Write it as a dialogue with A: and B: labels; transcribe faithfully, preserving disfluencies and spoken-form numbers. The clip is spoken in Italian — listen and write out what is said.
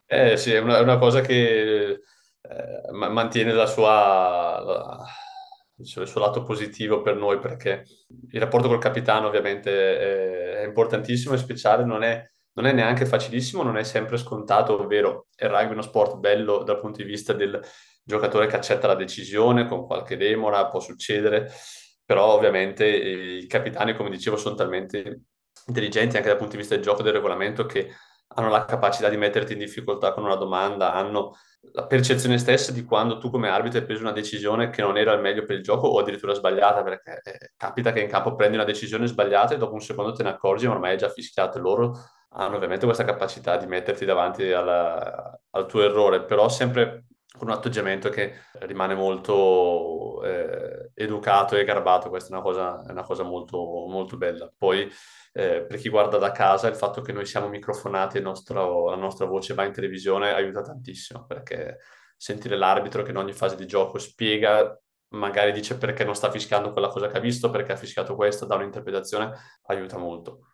A: Eh sì, è una, è una cosa che eh, ma- mantiene la sua, la- diciamo, il suo lato positivo per noi, perché il rapporto col capitano ovviamente è, è importantissimo e speciale, non è, non è neanche facilissimo, non è sempre scontato, ovvero il rugby è uno sport bello dal punto di vista del giocatore che accetta la decisione con qualche remora, può succedere, però ovviamente eh, i capitani, come dicevo, sono talmente intelligenti anche dal punto di vista del gioco e del regolamento che hanno la capacità di metterti in difficoltà con una domanda, hanno la percezione stessa di quando tu come arbitro hai preso una decisione che non era il meglio per il gioco o addirittura sbagliata, perché eh, capita che in campo prendi una decisione sbagliata e dopo un secondo te ne accorgi, ma ormai è già fischiato e loro hanno ovviamente questa capacità di metterti davanti alla- al tuo errore, però sempre con un atteggiamento che rimane molto eh, educato e garbato, questa è una cosa, è una cosa molto, molto bella. Poi eh, per chi guarda da casa, il fatto che noi siamo microfonati e il nostro- la nostra voce va in televisione aiuta tantissimo, perché sentire l'arbitro che in ogni fase di gioco spiega, magari dice perché non sta fischiando quella cosa che ha visto, perché ha fischiato questo, dà un'interpretazione, aiuta molto.